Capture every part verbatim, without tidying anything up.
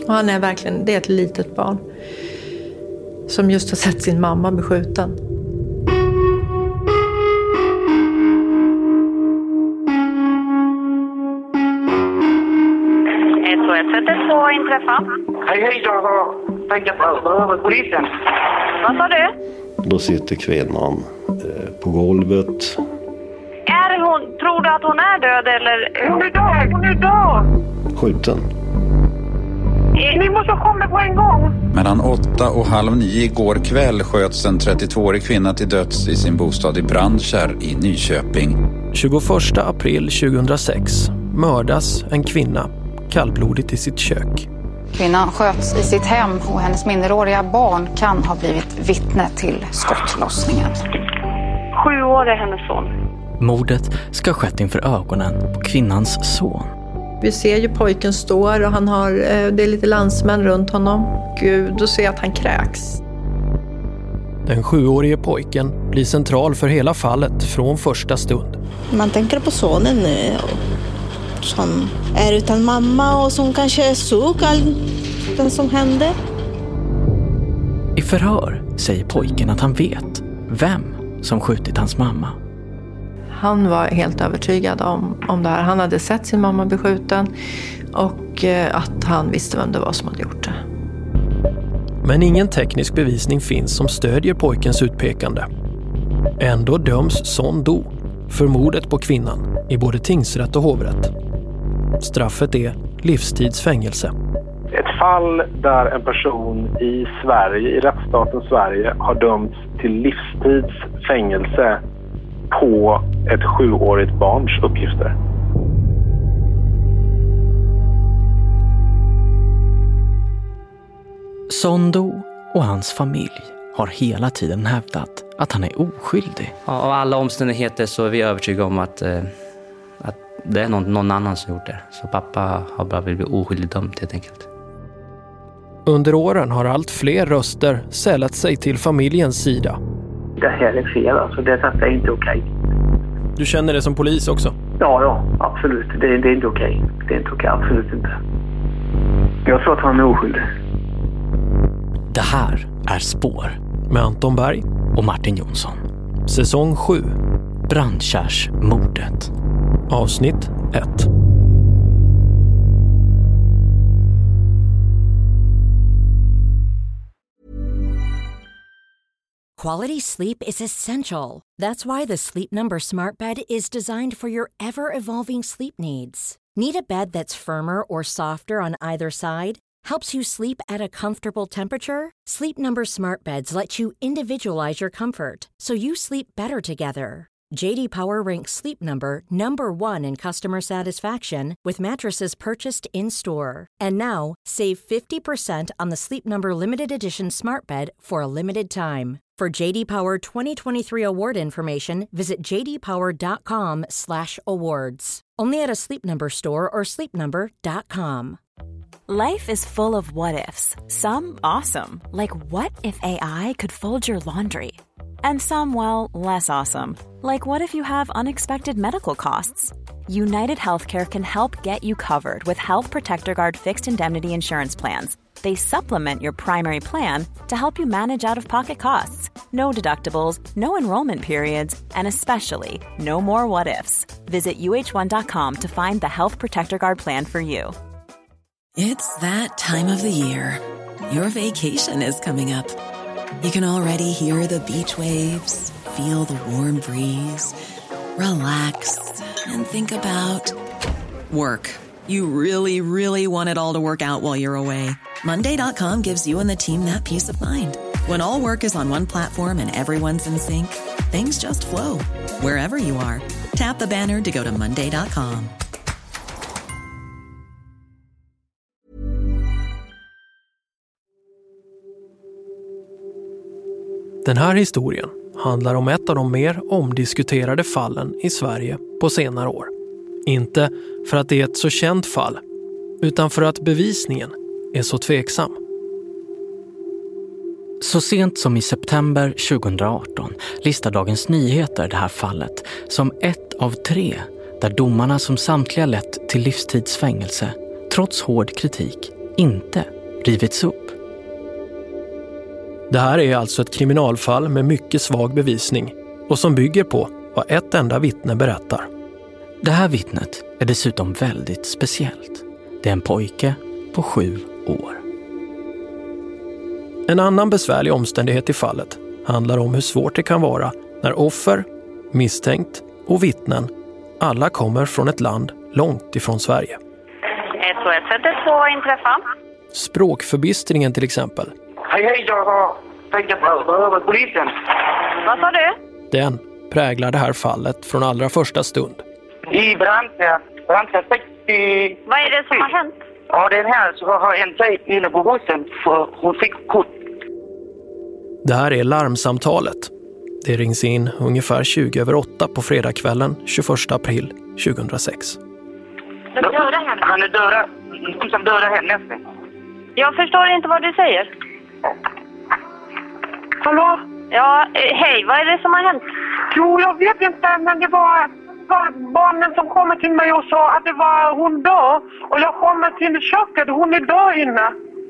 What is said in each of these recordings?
Och han är verkligen, det är ett litet barn som just har sett sin mamma beskjuten. ett ett ett två inträffa. Hej, hej, jag har tänkt på över polisen. Vad sa du? Då sitter kvinnan eh, på golvet. Är hon, tror du att hon är död eller? Hon är död, hon är död! Skjuten. Ni måste komma på en gång. Mellan åtta och halv nio igår kväll sköts en trettiotvåårig kvinna till döds i sin bostad i Brandkärr i Nyköping. tjugoförsta april tjugohundrasex mördas en kvinna kallblodigt i sitt kök. Kvinnan sköts i sitt hem och hennes minderåriga barn kan ha blivit vittne till skottlossningen. Sju år är hennes son. Mordet ska ha skett inför ögonen på kvinnans son. Vi ser ju pojken står och han har, det är lite landsmän runt honom. Gud, då ser jag att han kräks. Den sjuårige pojken blir central för hela fallet från första stund. Man tänker på sonen nu som är utan mamma och som kanske såg allt det som hände. I förhör säger pojken att han vet vem som skjutit hans mamma. Han var helt övertygad om, om det här. Han hade sett sin mamma beskjuten och eh, att han visste vem det var som hade gjort det. Men ingen teknisk bevisning finns som stödjer pojkens utpekande. Ändå döms Son Do för mordet på kvinnan i både tingsrätt och hovrätt. Straffet är livstidsfängelse. Ett fall där en person i Sverige, i rättsstaten Sverige, har dömts till livstidsfängelse på ett sjuårigt barns uppgifter. Son Do och hans familj har hela tiden hävdat att han är oskyldig. Av alla omständigheter så är vi övertygade om att, eh, att det är någon, någon annan som gjort det. Så pappa har bara blivit oskyldig dömd helt enkelt. Under åren har allt fler röster sällat sig till familjens sida. Det här är fel, alltså det är inte okej. Du känner det som polis också? Ja, ja, absolut. Det, det är inte okej. Det är inte okej, absolut inte. Jag tror att han är oskyldig. Det här är Spår med Anton Berg och Martin Jonsson. Säsong sju. Brandkärsmordet. Avsnitt ett. Quality sleep is essential. That's why the Sleep Number Smart Bed is designed for your ever-evolving sleep needs. Need a bed that's firmer or softer on either side? Helps you sleep at a comfortable temperature? Sleep Number Smart Beds let you individualize your comfort, so you sleep better together. J D Power ranks Sleep Number number one in customer satisfaction with mattresses purchased in-store. And now, save fifty percent on the Sleep Number Limited Edition Smart Bed for a limited time. For J D Power twenty twenty-three award information, visit j d power dot com slash awards. Only at a Sleep Number store or sleep number dot com. Life is full of what-ifs. Some awesome, like what if A I could fold your laundry? And some, well, less awesome, like what if you have unexpected medical costs? United Healthcare can help get you covered with Health Protector Guard fixed indemnity insurance plans. They supplement your primary plan to help you manage out-of-pocket costs. No deductibles, no enrollment periods, and especially no more what-ifs. Visit u h one dot com to find the Health Protector Guard plan for you. It's that time of the year. Your vacation is coming up. You can already hear the beach waves, feel the warm breeze, relax, and think about work. You really, really want it all to work out while you're away. Monday dot com gives you and the team that peace of mind. When all work is on one platform and everyone's in sync, things just flow. Wherever you are, tap the banner to go to monday dot com. Den här historien handlar om ett av de mer omdiskuterade fallen i Sverige på senare år. Inte för att det är ett så känt fall, utan för att bevisningen är så tveksam. Så sent som i september tjugohundraarton listar Dagens Nyheter det här fallet som ett av tre där domarna som samtliga lett till livstidsfängelse, trots hård kritik, inte rivits upp. Det här är alltså ett kriminalfall med mycket svag bevisning och som bygger på vad ett enda vittne berättar. Det här vittnet är dessutom väldigt speciellt. Det är en pojke på sju år. En annan besvärlig omständighet i fallet handlar om hur svårt det kan vara när offer, misstänkt och vittnen alla kommer från ett land långt ifrån Sverige. ett två ett ett två inträffa. Språkförbistringen till exempel. Hej, hej, jag har tänkt på polisen. Vad sa du? Den präglar det här fallet från allra första stund. I Brandkärr, Brandkärr sextio... Vad är det som har hänt? Ja, den här så har en tjej inne på bussen för hon fick kort. Det här är larmsamtalet. Det rings in ungefär tjugo över åtta på fredagskvällen tjugoförsta april tjugohundrasex. Han är döda. De som dödar henne. Jag förstår inte vad du säger. Hallå? Ja, eh, hej. Vad är det som har hänt? Jo, jag vet inte, men det var, var barnen som kom till mig och sa att det var hon död. Och jag kommer till köket, hon är död inne.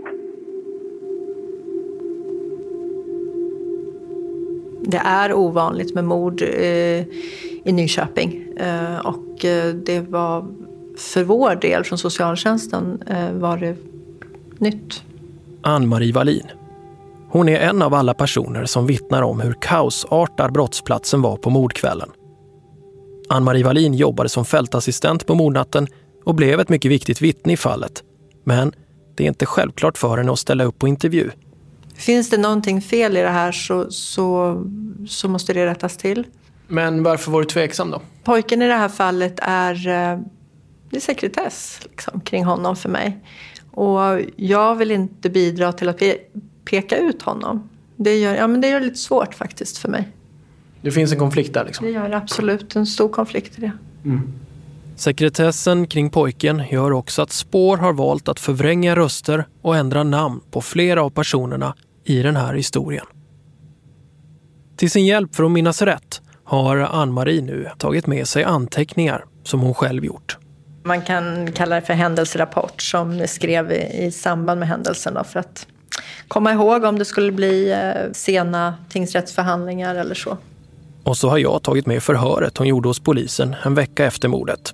Det är ovanligt med mord eh, i Nyköping. Eh, och eh, det var för vår del från socialtjänsten eh, var det nytt. Ann-Marie Wallin. Hon är en av alla personer som vittnar om hur kaosartad brottsplatsen var på mordkvällen. Ann-Marie Wallin jobbade som fältassistent på mordnatten och blev ett mycket viktigt vittne i fallet. Men det är inte självklart för henne att ställa upp på intervju. Finns det någonting fel i det här så, så, så måste det rättas till. Men varför var du tveksam då? Pojken i det här fallet är, det är sekretess liksom, kring honom för mig. Och jag vill inte bidra till att peka ut honom. Det gör, ja, men det gör det lite svårt faktiskt för mig. Det finns en konflikt där liksom? Det gör absolut en stor konflikt i det. Mm. Sekretessen kring pojken gör också att Spår har valt att förvränga röster och ändra namn på flera av personerna i den här historien. Till sin hjälp för att minnas rätt har Ann-Marie nu tagit med sig anteckningar som hon själv gjort. Man kan kalla det för händelserapport som skrev i samband med händelsen då, för att komma ihåg om det skulle bli sena tingsrättsförhandlingar eller så. Och så har jag tagit med förhöret hon gjorde hos polisen en vecka efter mordet.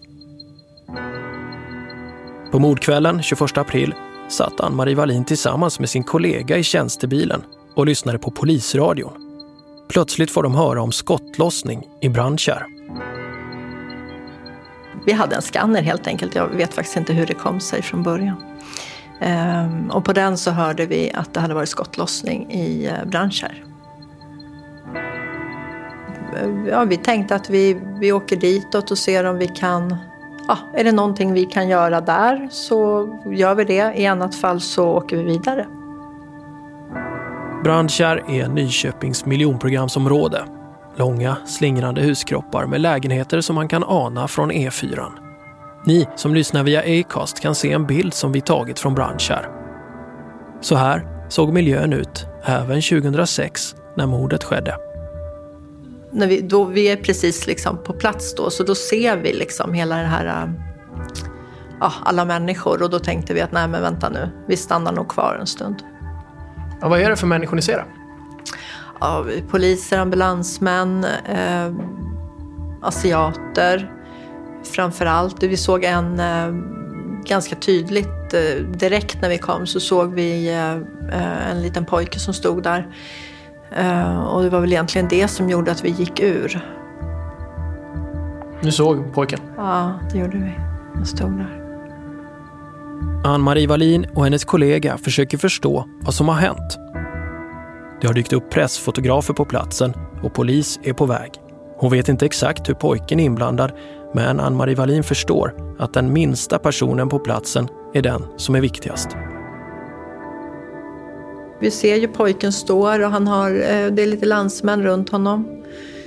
På mordkvällen tjugoförsta april satt Ann-Marie Wallin tillsammans med sin kollega i tjänstebilen och lyssnade på polisradion. Plötsligt får de höra om skottlossning i Brandkärr. Vi hade en skanner helt enkelt. Jag vet faktiskt inte hur det kom sig från början. Ehm, och på den så hörde vi att det hade varit skottlossning i Brandkärr. Ja, vi tänkte att vi, vi åker ditåt och ser om vi kan... Ja, är det någonting vi kan göra där så gör vi det. I annat fall så åker vi vidare. Brandkärr är Nyköpings miljonprogramsområde. Långa, slingrande huskroppar med lägenheter som man kan ana från E fyra. Ni som lyssnar via Acast kan se en bild som vi tagit från Brandkärr. Så här såg miljön ut även tjugohundrasex när mordet skedde. När vi, då, vi är precis liksom på plats då, så då ser vi liksom hela det här, ja, alla människor. Och då tänkte vi att nej men vänta nu, vi stannar nog kvar en stund. Ja, vad är det för människor ni ser? Ja, poliser, ambulansmän, eh, asiater framförallt. Vi såg en eh, ganska tydligt, eh, direkt när vi kom så såg vi eh, en liten pojke som stod där. Uh, och det var väl egentligen det som gjorde att vi gick ur. Ni såg pojken? Ja, det gjorde vi. Han stod där. Ann-Marie Wallin och hennes kollega försöker förstå vad som har hänt. Det har dykt upp pressfotografer på platsen och polis är på väg. Hon vet inte exakt hur pojken är inblandad, men Ann-Marie Wallin förstår att den minsta personen på platsen är den som är viktigast. Vi ser ju pojken står och han har, det är lite landsmän runt honom.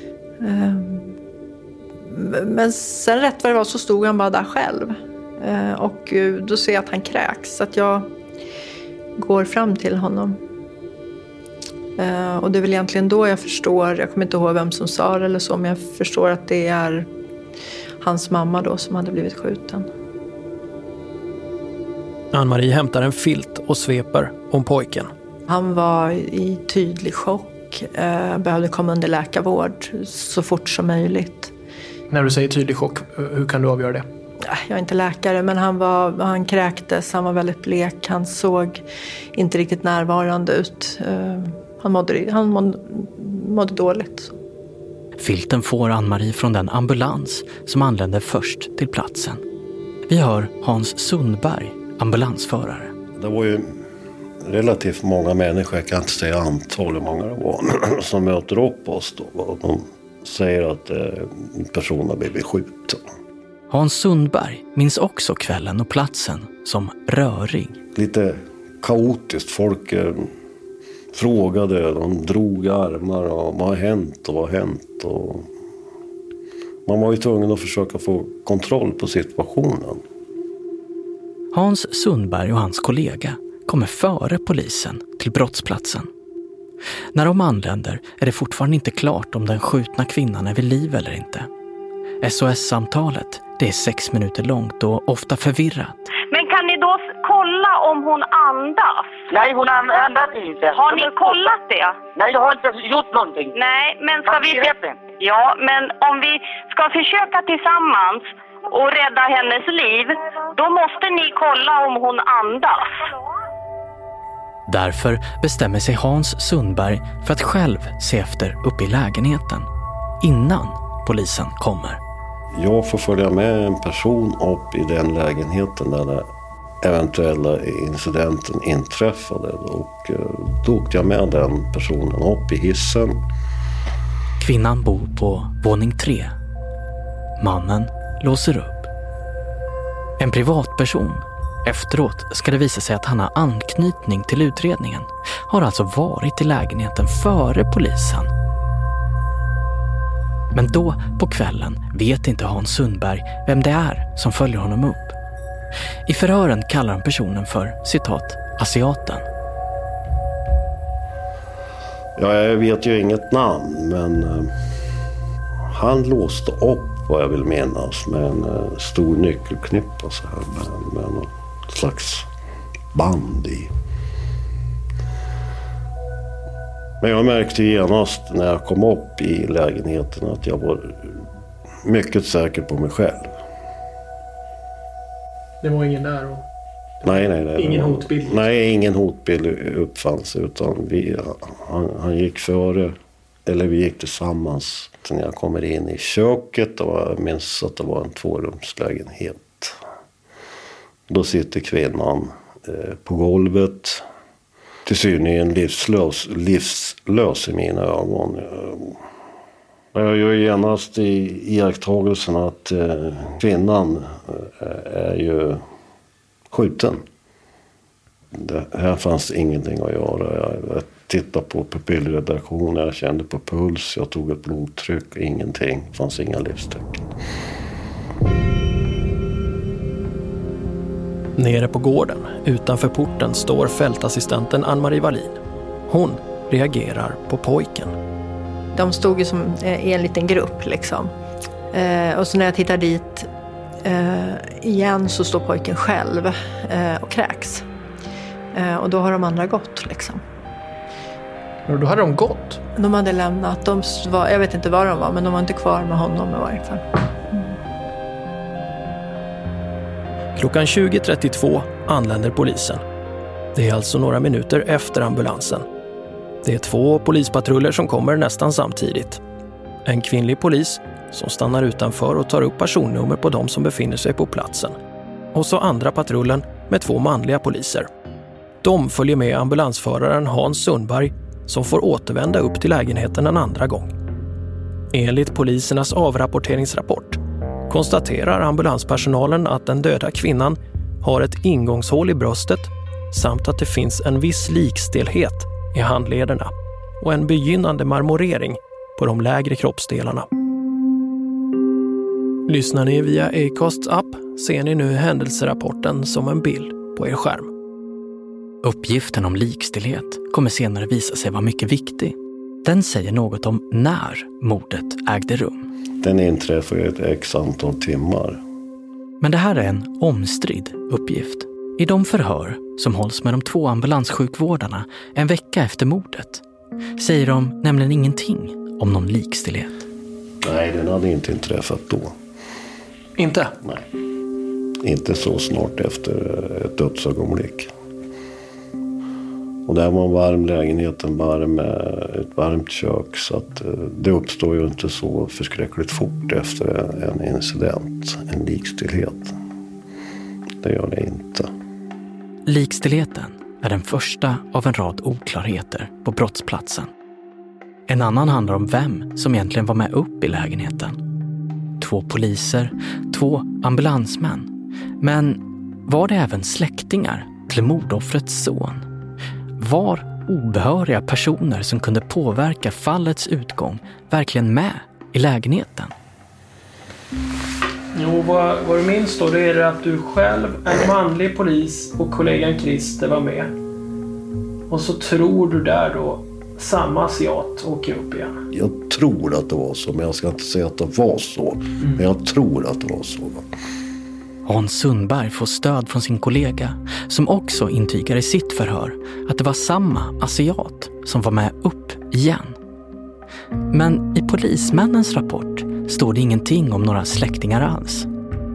Men sen rätt vad det var så stod han bara där själv. Och då ser jag att han kräks, så att jag går fram till honom. Och det är väl egentligen då jag förstår, jag kommer inte ihåg vem som sa det eller så, men jag förstår att det är hans mamma då som hade blivit skjuten. Ann-Marie hämtar en filt och sveper om pojken. Han var i tydlig chock, eh, behövde komma under läkarvård så fort som möjligt. När du säger tydlig chock, hur kan du avgöra det? Jag är inte läkare, men han, var, han kräktes, han var väldigt blek, han såg inte riktigt närvarande ut. Eh, han mådde, han mådde, mådde dåligt. Filten får Ann-Marie från den ambulans som anlände först till platsen. Vi hör Hans Sundberg, ambulansförare. Det var ju relativt många människor, jag kan inte säga antal hur många det var, som möter upp oss då. De säger att en person har blivit skjuten. Hans Sundberg minns också kvällen och platsen som rörig. Lite kaotiskt, folk eh, frågade, de drog armar och vad har hänt och vad har hänt. Och man var ju tvungen att försöka få kontroll på situationen. Hans Sundberg och hans kollega kommer före polisen till brottsplatsen. När de anländer är det fortfarande inte klart om den skjutna kvinnan är vid liv eller inte. S O S-samtalet, det är sex minuter långt och ofta förvirrat. Men kan ni då kolla om hon andas? Nej, hon andas inte. Har ni kollat det? Nej, jag har inte gjort någonting. Nej, men ska vi... Ja, men om vi ska försöka tillsammans och rädda hennes liv, då måste ni kolla om hon andas. Därför bestämmer sig Hans Sundberg för att själv se efter uppe i lägenheten innan polisen kommer. Jag får följa med en person upp i den lägenheten där den eventuella incidenten inträffade. Och då åkte jag med den personen upp i hissen. Kvinnan bor på våning tre. Mannen låser upp. En privatperson. Efteråt ska det visa sig att han har anknytning till utredningen. Har alltså varit i lägenheten före polisen. Men då på kvällen vet inte Hans Sundberg vem det är som följer honom upp. I förhören kallar han personen för, citat, asiaten. Ja, jag vet ju inget namn, men uh, han låste upp vad jag vill menas med en uh, stor nyckelknippa så här, med, med något slags band i. Men jag märkte genast när jag kom upp i lägenheten att jag var mycket säker på mig själv. Det var ingen där? Och... Nej, nej, nej. Ingen hotbild? Nej, ingen hotbild uppfanns, utan vi, han, han gick före, eller vi gick tillsammans. När jag kommer in i köket och jag minns att det var en tvårumslägenhet. Då sitter kvinnan eh, på golvet. Till synligen livslös, livslös i mina ögon. Jag gör genast i iakttagelsen att eh, kvinnan eh, är ju skjuten. Det här fanns ingenting att göra. Jag, jag tittade på pupillredaktionen, jag kände på puls, jag tog ett blodtryck, ingenting. Det fanns inga livstecken. Nere på gården, utanför porten, står fältassistenten Ann-Marie Wallin. Hon reagerar på pojken. De stod ju som i en liten grupp liksom. Eh, och så när jag tittar dit eh, igen så står pojken själv eh, och kräks. Eh, och då har de andra gått liksom. Och då hade de gått? De hade lämnat. De var, jag vet inte var de var, men de var inte kvar med honom i varje fall. Klockan tjugo trettiotvå anländer polisen. Det är alltså några minuter efter ambulansen. Det är två polispatruller som kommer nästan samtidigt. En kvinnlig polis som stannar utanför och tar upp personnummer på de som befinner sig på platsen. Och så andra patrullen med två manliga poliser. De följer med ambulansföraren Hans Sundberg som får återvända upp till lägenheten en andra gång. Enligt polisernas avrapporteringsrapport konstaterar ambulanspersonalen att den döda kvinnan har ett ingångshål i bröstet samt att det finns en viss likstelhet i handlederna och en begynnande marmorering på de lägre kroppsdelarna. Lyssnar ni via Acasts app ser ni nu händelserapporten som en bild på er skärm. Uppgiften om likstelhet kommer senare visa sig vara mycket viktig. Den säger något om när mordet ägde rum. Den inträffade ett x antal timmar. Men det här är en omstridd uppgift. I de förhör som hålls med de två ambulanssjukvårdarna en vecka efter mordet säger de nämligen ingenting om någon likstillhet. Nej, den hade inte inträffat då. Inte? Nej. Inte så snart efter ett dödsögonblick. Och där var en varm lägenhet, en varm, ett varmt kök. Så att det uppstår ju inte så förskräckligt fort efter en incident, en likstillhet. Det gör det inte. Likstillheten är den första av en rad oklarheter på brottsplatsen. En annan handlar om vem som egentligen var med upp i lägenheten. Två poliser, två ambulansmän. Men var det även släktingar till mordoffrets son? Var obehöriga personer som kunde påverka fallets utgång verkligen med i lägenheten? Jo, vad, vad du minns då, det är det att du själv, en manlig polis och kollegan Christer var med. Och så tror du där då samma asiat åker upp igen. Jag tror att det var så, men jag ska inte säga att det var så. Mm. Men jag tror att det var så. Hans Sundberg får stöd från sin kollega som också intygar i sitt förhör att det var samma asiat som var med upp igen. Men i polismännens rapport står det ingenting om några släktingar alls.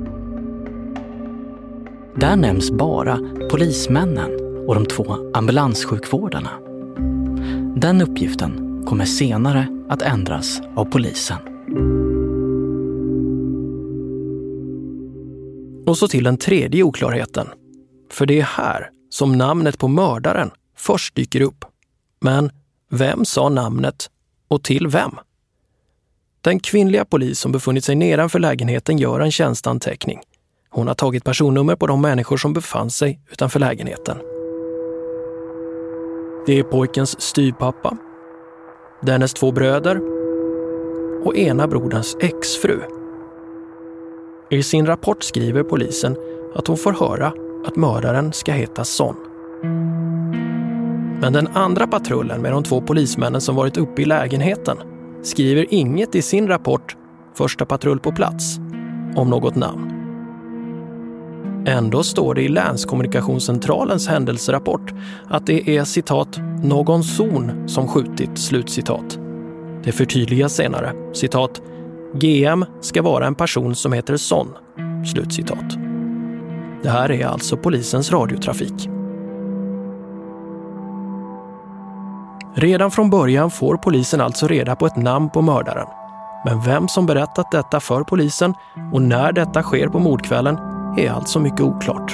Där nämns bara polismännen och de två ambulanssjukvårdarna. Den uppgiften kommer senare att ändras av polisen. Och så till den tredje oklarheten. För det är här som namnet på mördaren först dyker upp. Men vem sa namnet och till vem? Den kvinnliga polis som befunnit sig nedanför lägenheten gör en tjänstanteckning. Hon har tagit personnummer på de människor som befann sig utanför lägenheten. Det är pojkens styvpappa, dennes två bröder och ena broderns exfru. I sin rapport skriver polisen att hon får höra att mördaren ska heta Son. Men den andra patrullen med de två polismännen som varit uppe i lägenheten skriver inget i sin rapport, första patrull på plats, om något namn. Ändå står det i länskommunikationscentralens händelserapport att det är citat någon son som skjutit, slutcitat. Det förtydligas senare, citat G M ska vara en person som heter Son, slutcitat. Det här är alltså polisens radiotrafik. Redan från början får polisen alltså reda på ett namn på mördaren. Men vem som berättat detta för polisen och när detta sker på mordkvällen är alltså mycket oklart.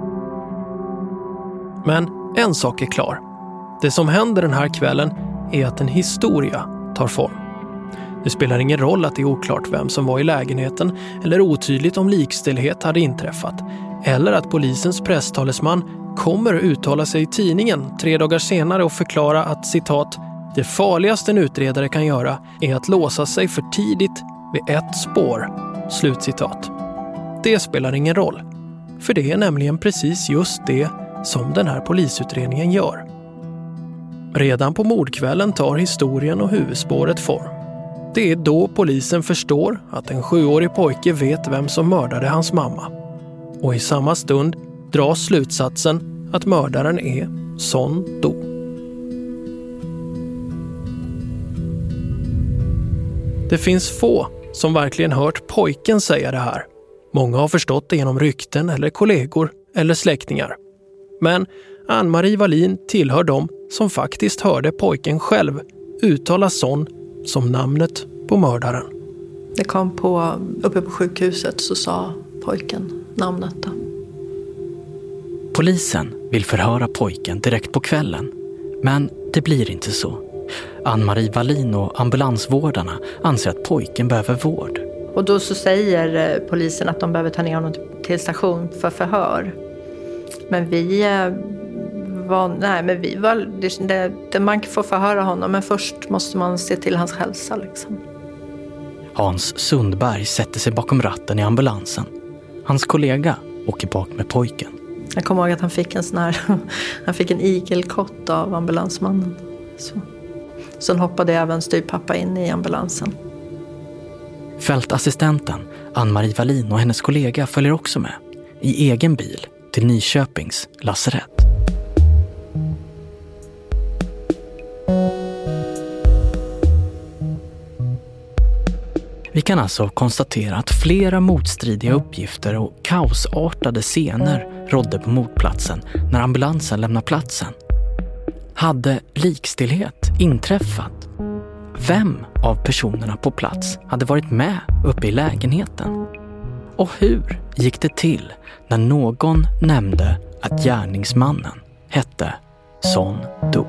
Men en sak är klar. Det som händer den här kvällen är att en historia tar form. Det spelar ingen roll att det är oklart vem som var i lägenheten eller otydligt om likstillhet hade inträffat. Eller att polisens presstalesman kommer att uttala sig i tidningen tre dagar senare och förklara att citat det farligaste en utredare kan göra är att låsa sig för tidigt vid ett spår, slutcitat. Det spelar ingen roll, för det är nämligen precis just det som den här polisutredningen gör. Redan på mordkvällen tar historien och huvudspåret form. Det är då polisen förstår att en sjuårig pojke vet vem som mördade hans mamma. Och i samma stund dras slutsatsen att mördaren är Son Do. Det finns få som verkligen hört pojken säga det här. Många har förstått det genom rykten eller kollegor eller släktingar. Men Ann-Marie Wallin tillhör dem som faktiskt hörde pojken själv uttala Son som namnet på mördaren. Det kom på, uppe på sjukhuset så sa pojken namnet då. Polisen vill förhöra pojken direkt på kvällen. Men det blir inte så. Ann-Marie Wallin och ambulansvårdarna anser att pojken behöver vård. Och då så säger polisen att de behöver ta ner honom till station för förhör. Men vi var, nej men vi var, det, det, man får förhöra honom men först måste man se till hans hälsa liksom. Hans Sundberg sätter sig bakom ratten i ambulansen. Hans kollega åker bak med pojken. Jag kommer ihåg att han fick en sån här, han fick en igelkott av ambulansmannen. Så. Sen hoppade även styvpappa in i ambulansen. Fältassistenten Ann-Marie Wallin och hennes kollega följer också med. I egen bil till Nyköpings lasarett. Vi kan alltså konstatera att flera motstridiga uppgifter och kaosartade scener rådde på mordplatsen när ambulansen lämnade platsen. Hade likstillhet inträffat? Vem av personerna på plats hade varit med uppe i lägenheten? Och hur gick det till när någon nämnde att gärningsmannen hette Son Do?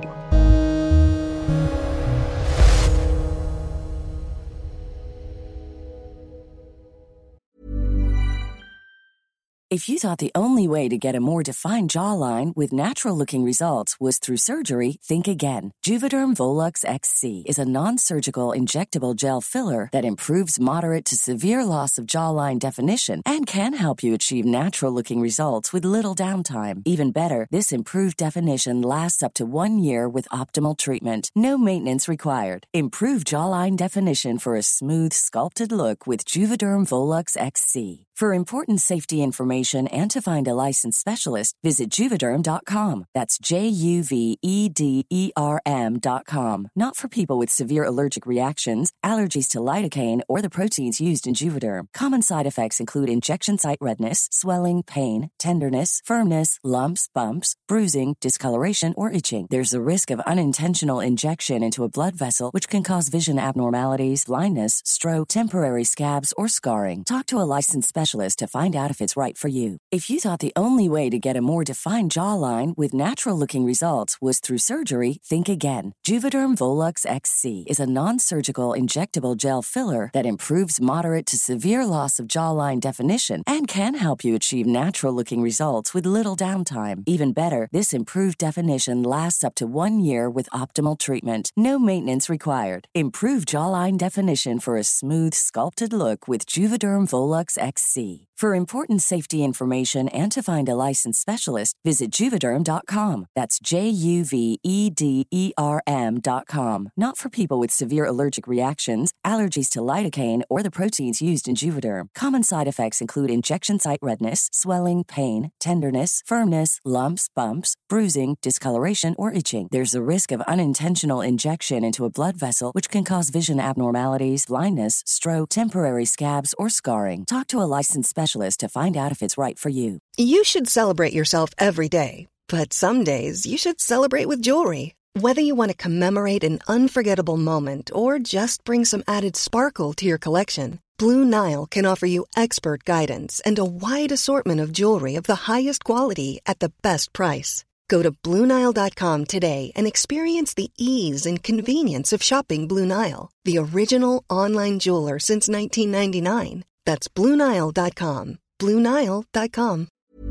If you thought the only way to get a more defined jawline with natural-looking results was through surgery, think again. Juvederm Volux X C is a non-surgical injectable gel filler that improves moderate to severe loss of jawline definition and can help you achieve natural-looking results with little downtime. Even better, this improved definition lasts up to one year with optimal treatment. No maintenance required. Improve jawline definition for a smooth, sculpted look with Juvederm Volux X C. For important safety information and to find a licensed specialist, visit Juvederm dot com. That's J U V E D E R M dot com. Not for people with severe allergic reactions, allergies to lidocaine, or the proteins used in Juvederm. Common side effects include injection site redness, swelling, pain, tenderness, firmness, lumps, bumps, bruising, discoloration, or itching. There's a risk of unintentional injection into a blood vessel, which can cause vision abnormalities, blindness, stroke, temporary scabs, or scarring. Talk to a licensed specialist to find out if it's right for you. If you thought the only way to get a more defined jawline with natural-looking results was through surgery, think again. Juvederm Volux X C is a non-surgical injectable gel filler that improves moderate to severe loss of jawline definition and can help you achieve natural-looking results with little downtime. Even better, this improved definition lasts up to one year with optimal treatment. No maintenance required. Improve jawline definition for a smooth, sculpted look with Juvederm Volux X C. For important safety information and to find a licensed specialist, visit Juvederm dot com. That's J U V E D E R M dot com. Not for people with severe allergic reactions, allergies to lidocaine, or the proteins used in Juvederm. Common side effects include injection site redness, swelling, pain, tenderness, firmness, lumps, bumps, bruising, discoloration, or itching. There's a risk of unintentional injection into a blood vessel, which can cause vision abnormalities, blindness, stroke, temporary scabs, or scarring. Talk to a licensed specialist to find out if it's right for you. You should celebrate yourself every day, but some days you should celebrate with jewelry. Whether you want to commemorate an unforgettable moment or just bring some added sparkle to your collection, Blue Nile can offer you expert guidance and a wide assortment of jewelry of the highest quality at the best price. Go to Blue Nile dot com today and experience the ease and convenience of shopping Blue Nile, the original online jeweler since nineteen ninety-nine. That's Blue Nile dot com. Blue Nile dot com.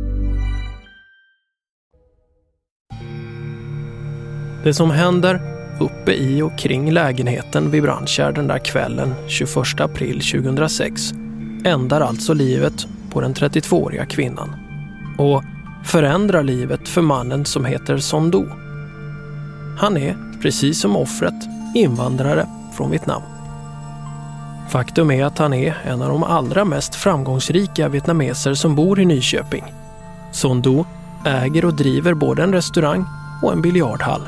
Det som händer uppe i och kring lägenheten vid Brandkärr den där kvällen tjugoförsta april tjugohundrasex ändar alltså livet på den trettiotvååriga kvinnan och förändrar livet för mannen som heter Son Do. Han är, precis som offret, invandrare från Vietnam. Faktum är att han är en av de allra mest framgångsrika vietnameser som bor i Nyköping. Son Do äger och driver både en restaurang och en biljardhall.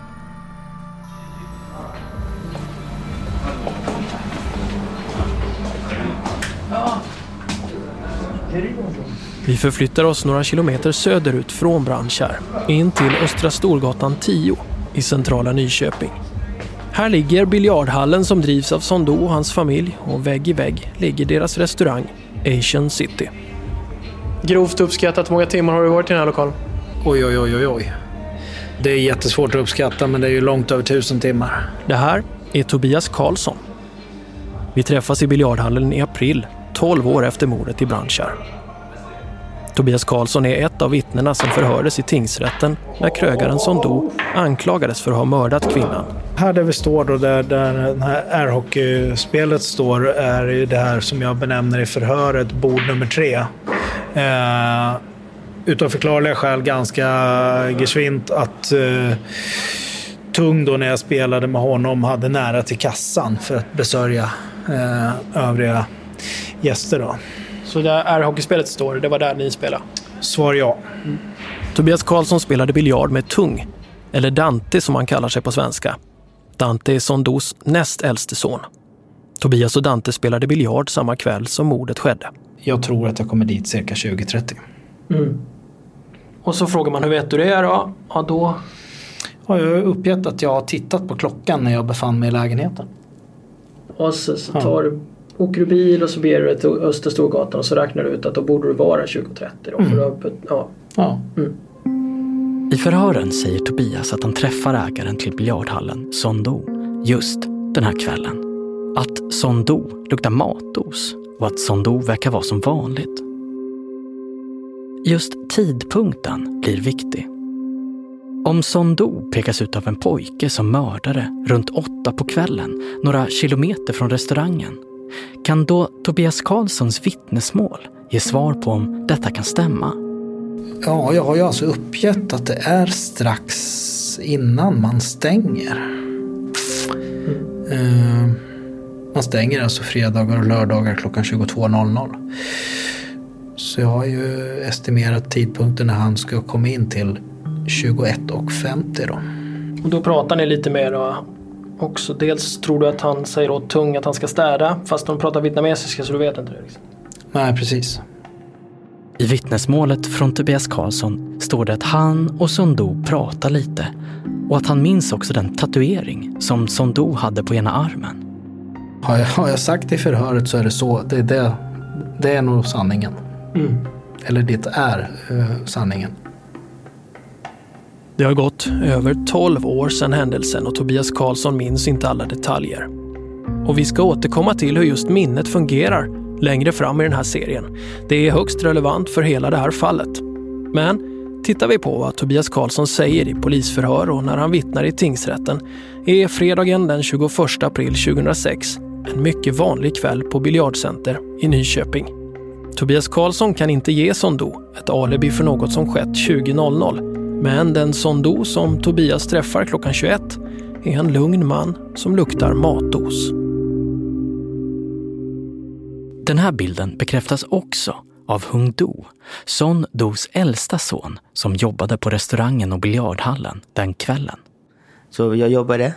Vi förflyttar oss några kilometer söderut från Brandkärr in till Östra Storgatan tio i centrala Nyköping. Här ligger biljardhallen som drivs av Son Do och hans familj och vägg i vägg ligger deras restaurang Asian City. Grovt uppskattat, hur många timmar har du varit i den här lokalen? Oj, oj, oj, oj, oj. Det är jättesvårt att uppskatta, men det är ju långt över tusen timmar. Det här är Tobias Karlsson. Vi träffas i biljardhallen i april, tolv år efter mordet i Brandkärr. Tobias Karlsson är ett av vittnena som förhördes i tingsrätten när krögaren Son Do anklagades för att ha mördat kvinnan. Här där vi står då, där, där det här airhockeyspelet står, är ju det här som jag benämner i förhöret bord nummer tre. Eh, utav förklarliga skäl ganska gesvint att eh, Tung då när jag spelade med honom hade nära till kassan för att besörja eh, övriga gäster då. Så där är hockeyspelet står, det var där ni spelade? Svar ja. Mm. Tobias Karlsson spelade biljard med Tung, eller Dante som han kallar sig på svenska. Dante är Sondos näst äldste son. Tobias och Dante spelade biljard samma kväll som mordet skedde. Jag tror att jag kommer dit cirka tjugo trettio. Mm. Och så frågar man, hur vet du det är då? Ja, då... Ja, jag har uppgett att jag har tittat på klockan när jag befann mig i lägenheten. Och så, så tar du, åker du bil och så ber du till Österstorgatan och så räknar du ut att då borde du vara tjugo trettio. Då, mm. för att, ja. Ja. Mm. I förhören säger Tobias att han träffar ägaren till biljardhallen, Sondo, just den här kvällen. Att Sondo luktar matos och att Sondo verkar vara som vanligt. Just tidpunkten blir viktig. Om Sondo pekas ut av en pojke som mördare runt åtta på kvällen, några kilometer från restaurangen, kan då Tobias Karlssons vittnesmål ge svar på om detta kan stämma? Ja, jag har ju alltså uppgett att det är strax innan man stänger. Mm. Uh, man stänger alltså fredagar och lördagar klockan tjugotvå noll noll. Så jag har ju estimerat tidpunkten när han ska komma in till tjugoett och femtio då. Och då pratar ni lite mer då också. Dels tror du att han säger åt Tung att han ska städa, fast de pratar vietnamesiska så du vet inte det liksom. Nej, precis. I vittnesmålet från Tobias Karlsson står det att han och Sondo pratar lite och att han minns också den tatuering som Sondo hade på ena armen. Har jag, har jag sagt det i förhöret så är det så. Det, det, det är nog sanningen. Mm. Eller det är uh, sanningen. Det har gått över tolv år sedan händelsen och Tobias Karlsson minns inte alla detaljer. Och vi ska återkomma till hur just minnet fungerar längre fram i den här serien. Det är högst relevant för hela det här fallet. Men tittar vi på vad Tobias Karlsson säger i polisförhör och när han vittnar i tingsrätten är fredagen den tjugoförsta april tjugohundrasex en mycket vanlig kväll på Biljardcenter i Nyköping. Tobias Karlsson kan inte ge Sondo ett alibi för något som skett tjugo noll noll, men den Sondo som Tobias träffar klockan tjugoett är en lugn man som luktar matos. Den här bilden bekräftas också av Hung Do, Son Dos äldsta son som jobbade på restaurangen och biljardhallen den kvällen. Så jag jobbade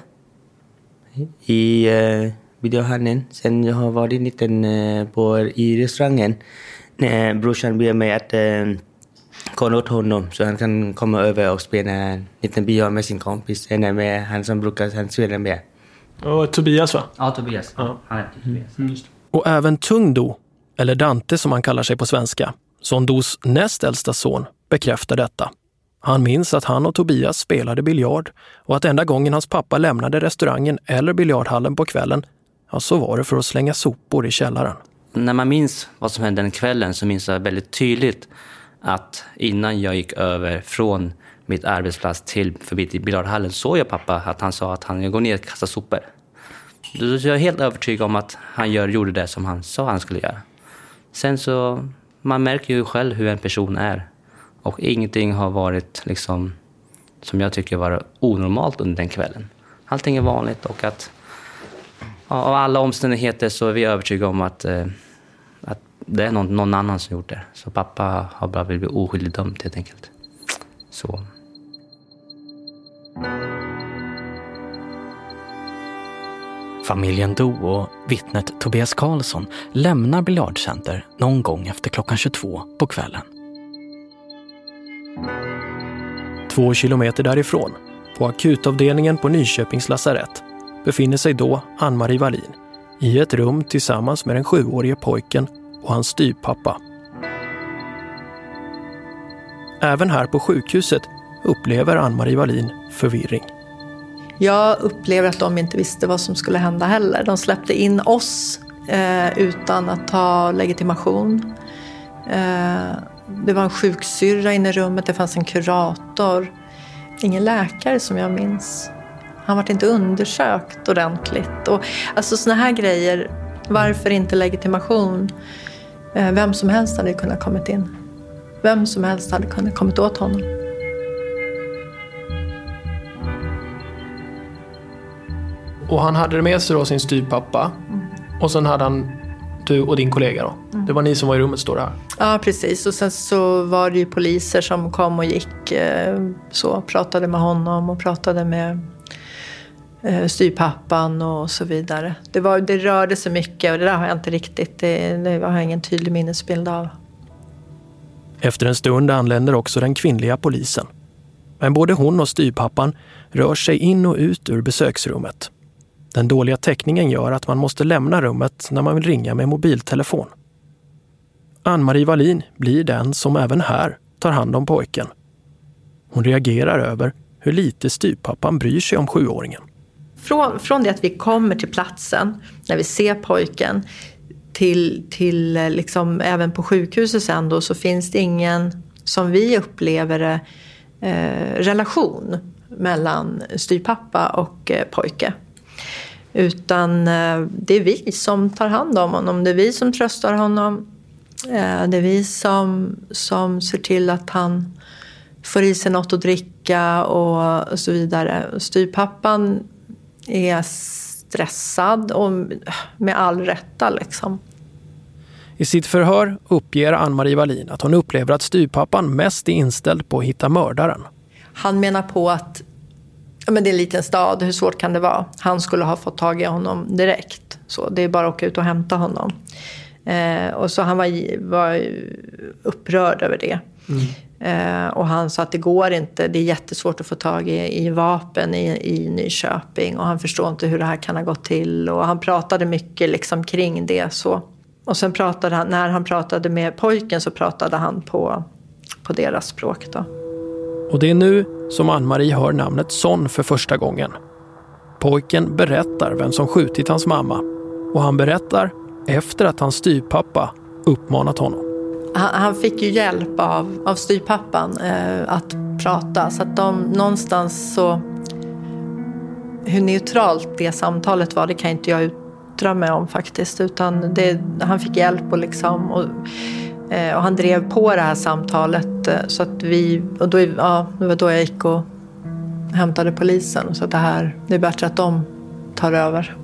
i uh, biljardhallen. Sen jag har varit lite uh, på, i restaurangen. När brorsan ber mig att uh, kolla åt honom så han kan komma över och spela en liten biljard med sin kompis. Eller med han som brukar han spela med. Och Tobias va? Ja, Tobias. Ja. Han är Tobias. Mm. Och även Tung Do, eller Dante som han kallar sig på svenska, Sondos näst äldsta son, bekräftar detta. Han minns att han och Tobias spelade biljard och att enda gången hans pappa lämnade restaurangen eller biljardhallen på kvällen, ja, så var det för att slänga sopor i källaren. När man minns vad som hände den kvällen så minns jag väldigt tydligt att innan jag gick över från mitt arbetsplats till förbi till biljardhallen såg jag pappa att han sa att han går ner och kastar sopor. Så jag är helt övertygad om att han gör, gjorde det som han sa han skulle göra. Sen så, man märker ju själv hur en person är. Och ingenting har varit liksom, som jag tycker var onormalt under den kvällen. Allting är vanligt och att av alla omständigheter så är vi övertygade om att, eh, att det är någon, någon annan som gjort det. Så pappa har bara blivit oskyldigt dömd helt enkelt. Så... Familjen Do och vittnet Tobias Karlsson lämnar biljardcenter någon gång efter klockan tjugotvå på kvällen. Två kilometer därifrån, på akutavdelningen på Nyköpings lasarett, befinner sig då Ann-Marie Wallin i ett rum tillsammans med den sjuårige pojken och hans styvpappa. Även här på sjukhuset upplever Ann-Marie Wallin förvirring. Jag upplever att de inte visste vad som skulle hända heller. De släppte in oss eh, utan att ta legitimation. Eh, det var en sjuksyrra inne i rummet, det fanns en kurator. Ingen läkare som jag minns. Han var inte undersökt ordentligt. Och, alltså såna här grejer, varför inte legitimation? Eh, vem som helst hade kunnat kommit in. Vem som helst hade kunnat kommit åt honom. Och han hade med sig då sin styvpappa. Mm. Och sen hade han du och din kollega då? Mm. Det var ni som var i rummet, står det här. Ja, precis. Och sen så var det ju poliser som kom och gick. Så pratade med honom och pratade med styrpappan och så vidare. Det, var, det rörde sig mycket och det där har jag inte riktigt, det, det har jag ingen tydlig minnesbild av. Efter en stund anländer också den kvinnliga polisen. Men både hon och styrpappan rör sig in och ut ur besöksrummet. Den dåliga täckningen gör att man måste lämna rummet när man vill ringa med mobiltelefon. Ann-Marie Wallin blir den som även här tar hand om pojken. Hon reagerar över hur lite styrpappan bryr sig om sjuåringen. Från, från det att vi kommer till platsen, när vi ser pojken, till, till liksom, även på sjukhuset sen då, så finns det ingen, som vi upplever det, eh, relation mellan styrpappa och eh, pojke. Utan eh, det är vi som tar hand om honom, det är vi som tröstar honom, eh, det är vi som, som ser till att han får i sig något att dricka och, och så vidare. Styrpappan är stressad och med all rätta liksom. I sitt förhör uppger Ann-Marie Wallin att hon upplever att styrpappan mest är inställd på att hitta mördaren. Han menar på att ja, men det är en liten stad, hur svårt kan det vara? Han skulle ha fått tag i honom direkt. Så det är bara att åka ut och hämta honom. Eh, och så han var, var upprörd över det. Mm. Eh, och han sa att det går inte, det är jättesvårt att få tag i, i vapen i, i Nyköping. Och han förstår inte hur det här kan ha gått till. Och han pratade mycket liksom kring det så. Och sen pratade han, när han pratade med pojken så pratade han på, på deras språk då. Och det är nu som Ann-Marie hör namnet Son för första gången. Pojken berättar vem som skjutit hans mamma. Och han berättar efter att hans styrpappa uppmanat honom. Han, han fick ju hjälp av, av styrpappan eh, att prata. Så att de någonstans så... Hur neutralt det samtalet var, det kan inte jag yttra mig om faktiskt. Utan det, han fick hjälp och liksom... Och, eh, och han drev på det här samtalet. Eh, så att vi... Och då, ja, det var då jag gick och hämtade polisen. Så att det här... Det är bättre att de tar över.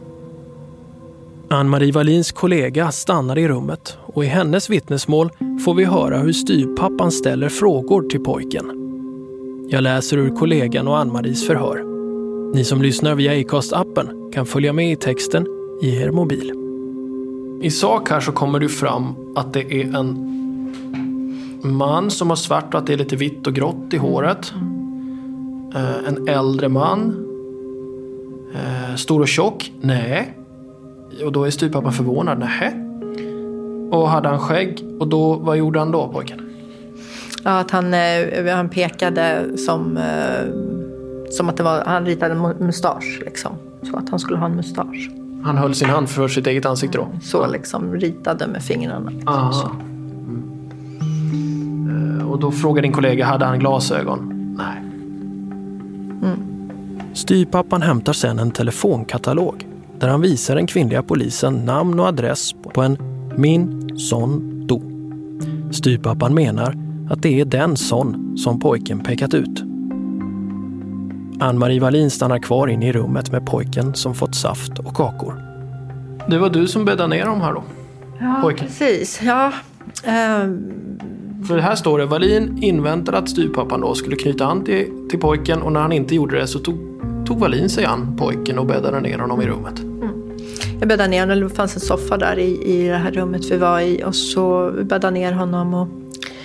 Ann-Marie Wallins kollega stannar i rummet och i hennes vittnesmål får vi höra hur styrpappan ställer frågor till pojken. Jag läser ur kollegan och Ann-Maries förhör. Ni som lyssnar via Acast-appen kan följa med i texten i er mobil. I sak här så kommer det fram att det är en man som har svart och att det är lite vitt och grått i håret. En äldre man. Stor och tjock? Nej. Och då är styrpappan förvånad. Nähä. Och hade han skägg? Och då, vad gjorde han då, pojken? Ja, att han, han pekade som, som att det var, han ritade en mustasch liksom. Så att han skulle ha en mustasch. Han höll sin hand för sitt eget ansikte då? Så liksom, ritade med fingrarna. Liksom, Aha. Så. Mm. Och då frågade din kollega, hade han glasögon? Nej. Mm. Styrpappan hämtar sedan en telefonkatalog där han visar den kvinnliga polisen namn och adress på en Min Son Do. Styrpappan menar att det är den son som pojken pekat ut. Ann-Marie Wallin stannar kvar inne i rummet med pojken som fått saft och kakor. Det var du som bäddade ner dem här då? Ja, pojken. Precis. Ja. Um... För här står det, Wallin inväntade att styrpappan då skulle knyta an till, till pojken och när han inte gjorde det så tog, tog Wallin sig an pojken och bäddade ner honom i rummet. Mm. Jag bäddade ner honom, det fanns en soffa där i, i det här rummet vi var i och så bäddade ner honom och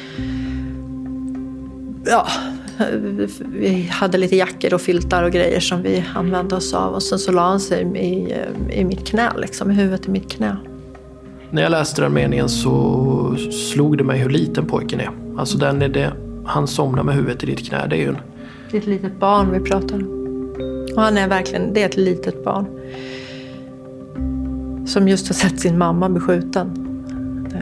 ja, vi hade lite jackor och filtar och grejer som vi använde oss av och sen så la han sig i, i mitt knä liksom, i huvudet i mitt knä. När jag läste den meningen så slog det mig hur liten pojken är. Alltså den är det, han somnar med huvudet i ditt knä, det är ju en... Det är ett litet barn vi pratar om. Och han är verkligen, det är ett litet barn. Som just har sett sin mamma beskjuten. Det.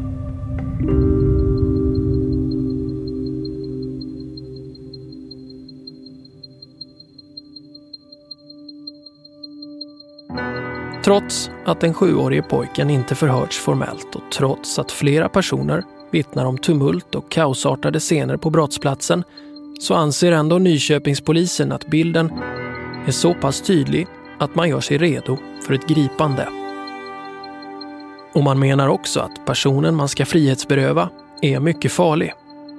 Trots att den sjuårige pojken inte förhörts formellt och trots att flera personer vittnar om tumult och kaosartade scener på brottsplatsen så anser ändå Nyköpingspolisen att bilden är så pass tydlig att man gör sig redo för ett gripande. Och man menar också att personen man ska frihetsberöva är mycket farlig.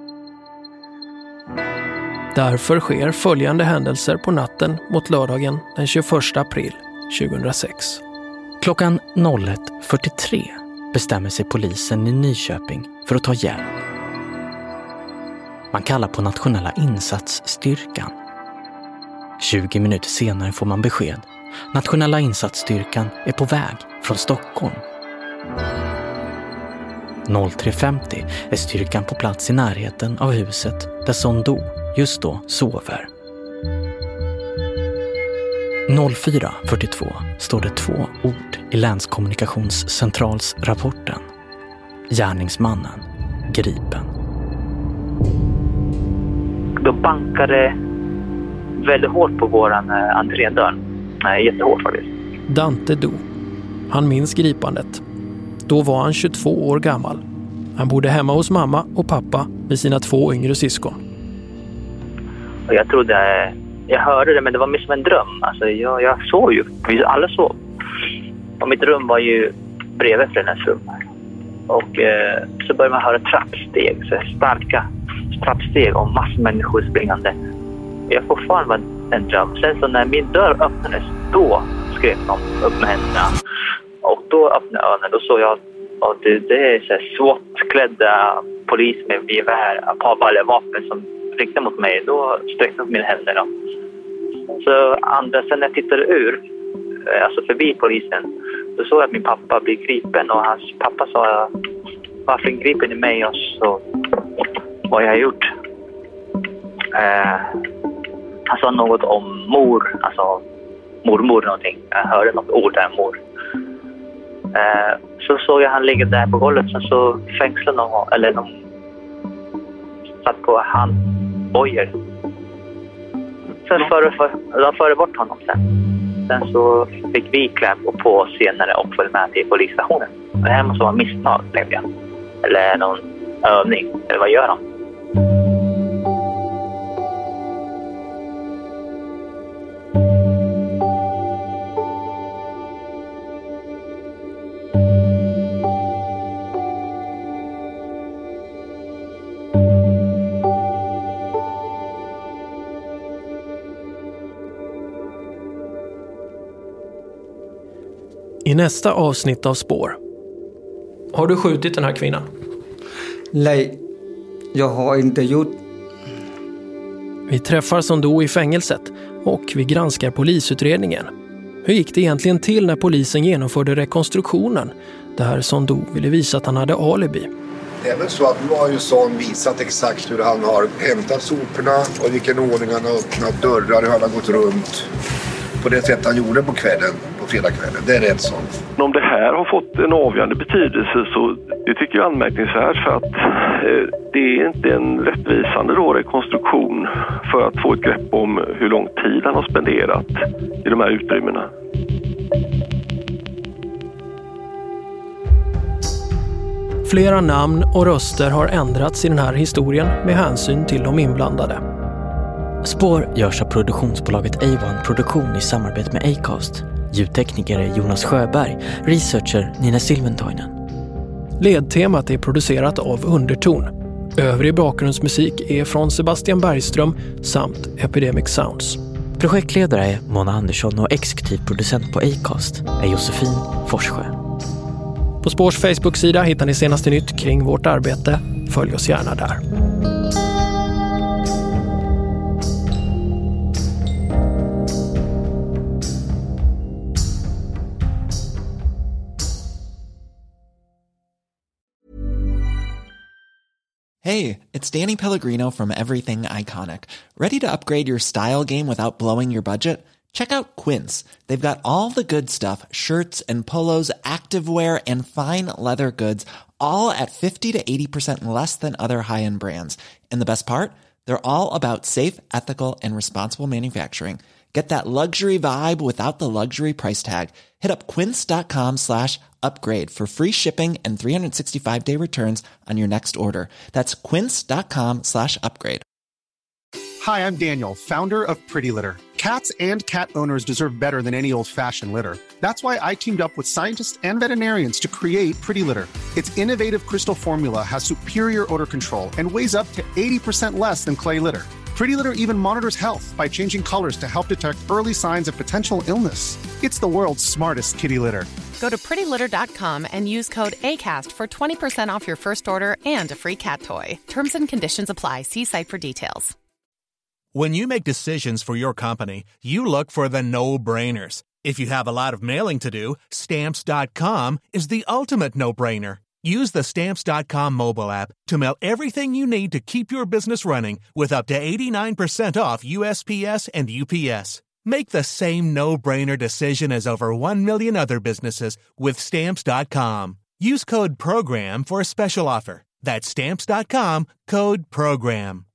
Därför sker följande händelser på natten mot lördagen den tjugoförsta april tjugohundrasex. Klockan ett fyrtiotre bestämmer sig polisen i Nyköping för att ta hjälp. Man kallar på nationella insatsstyrkan. tjugo minuter senare får man besked. Nationella insatsstyrkan är på väg från Stockholm. tre femtio är styrkan på plats i närheten av huset där Son Do just då sover. fyra fyrtiotvå står det två ord i länskommunikationscentralsrapporten. Gärningsmannen gripen. De bankade väldigt hårt på våran eh, entrédörr. Nej, jättehårt faktiskt. Dante Do. Han minns gripandet. Då var han tjugotvå år gammal. Han bodde hemma hos mamma och pappa med sina två yngre syskon. Och jag trodde, jag hörde det, men det var mer som en dröm. Alltså jag, jag såg ju, vi alla såg. Och mitt rum var ju bredvid föräldrarnas rum. Och eh, så började man höra trappsteg, så starka trappsteg och massor människor springande. Jag fortfarande var en dröm. Sen så när min dörr öppnades, då skrek de upp med händerna. Och då öppnade ögonen, då såg jag att det, det är så här SWAT-klädda polis med gevär, eller vapen som riktade mot mig. Då sträckte jag upp mina händer. Då. Så andra, sen när jag tittade ur, alltså förbi polisen, då såg jag att min pappa blev gripen. Och hans pappa sa, varför griper ni mig? Och så, vad jag har gjort. Eh, han sa något om mor, alltså mormor någonting. Jag hörde något ord där, mor. Eh, så såg jag han ligga där på golvet, sen så fängslade någon, eller någon satt på handbojor. Sen förde för, de förde bort honom sen. Sen så fick vi klä på oss senare och följde med till polisstationen. Det här måste vara misstag, tänkte jag. Eller någon övning, eller vad gör de? I nästa avsnitt av Spår. Har du skjutit den här kvinnan? Nej, jag har inte gjort. Vi träffar Son Do i fängelset och vi granskar polisutredningen. Hur gick det egentligen till när polisen genomförde rekonstruktionen? Där Son Do ville visa att han hade alibi. Det är väl så att nu har ju Son visat exakt hur han har hämtat soporna och i vilken ordning han har öppnat dörrar, hur han har gått runt. På det sätt han gjorde på kvällen, på fredagskvällen. Det är rätt sånt. Om det här har fått en avgörande betydelse så det tycker jag är anmärkningsvärt, för att eh, det är inte en rättvisande då rekonstruktion för att få ett grepp om hur lång tid han har spenderat i de här utrymmena. Flera namn och röster har ändrats i den här historien med hänsyn till de inblandade. Spår görs av produktionsbolaget A ett Produktion i samarbete med Acast. Ljudtekniker är Jonas Sjöberg, researcher Nina Silventoinen. Ledtemat är producerat av Underton. Övrig bakgrundsmusik är från Sebastian Bergström samt Epidemic Sounds. Projektledare är Mona Andersson och exekutiv producent på Acast är Josefin Forssjö. På Spårs Facebook-sida hittar ni senaste nytt kring vårt arbete. Följ oss gärna där. Hey, it's Danny Pellegrino from Everything Iconic. Ready to upgrade your style game without blowing your budget? Check out Quince. They've got all the good stuff, shirts and polos, activewear and fine leather goods, all at fifty to eighty percent less than other high-end brands. And the best part? They're all about safe, ethical and responsible manufacturing. Get that luxury vibe without the luxury price tag. Hit up quince.com slash upgrade for free shipping and three sixty-five day returns on your next order. That's quince.com slash upgrade. Hi, I'm Daniel, founder of Pretty Litter. Cats and cat owners deserve better than any old-fashioned litter. That's why I teamed up with scientists and veterinarians to create Pretty Litter. Its innovative crystal formula has superior odor control and weighs up to eighty percent less than clay litter. Pretty Litter even monitors health by changing colors to help detect early signs of potential illness. It's the world's smartest kitty litter. Go to pretty litter dot com and use code ACAST for twenty percent off your first order and a free cat toy. Terms and conditions apply. See site for details. When you make decisions for your company, you look for the no-brainers. If you have a lot of mailing to do, Stamps dot com is the ultimate no-brainer. Use the Stamps dot com mobile app to mail everything you need to keep your business running with up to eighty-nine percent off U S P S and U P S. Make the same no-brainer decision as over one million other businesses with Stamps dot com. Use code PROGRAM for a special offer. That's Stamps dot com, code PROGRAM.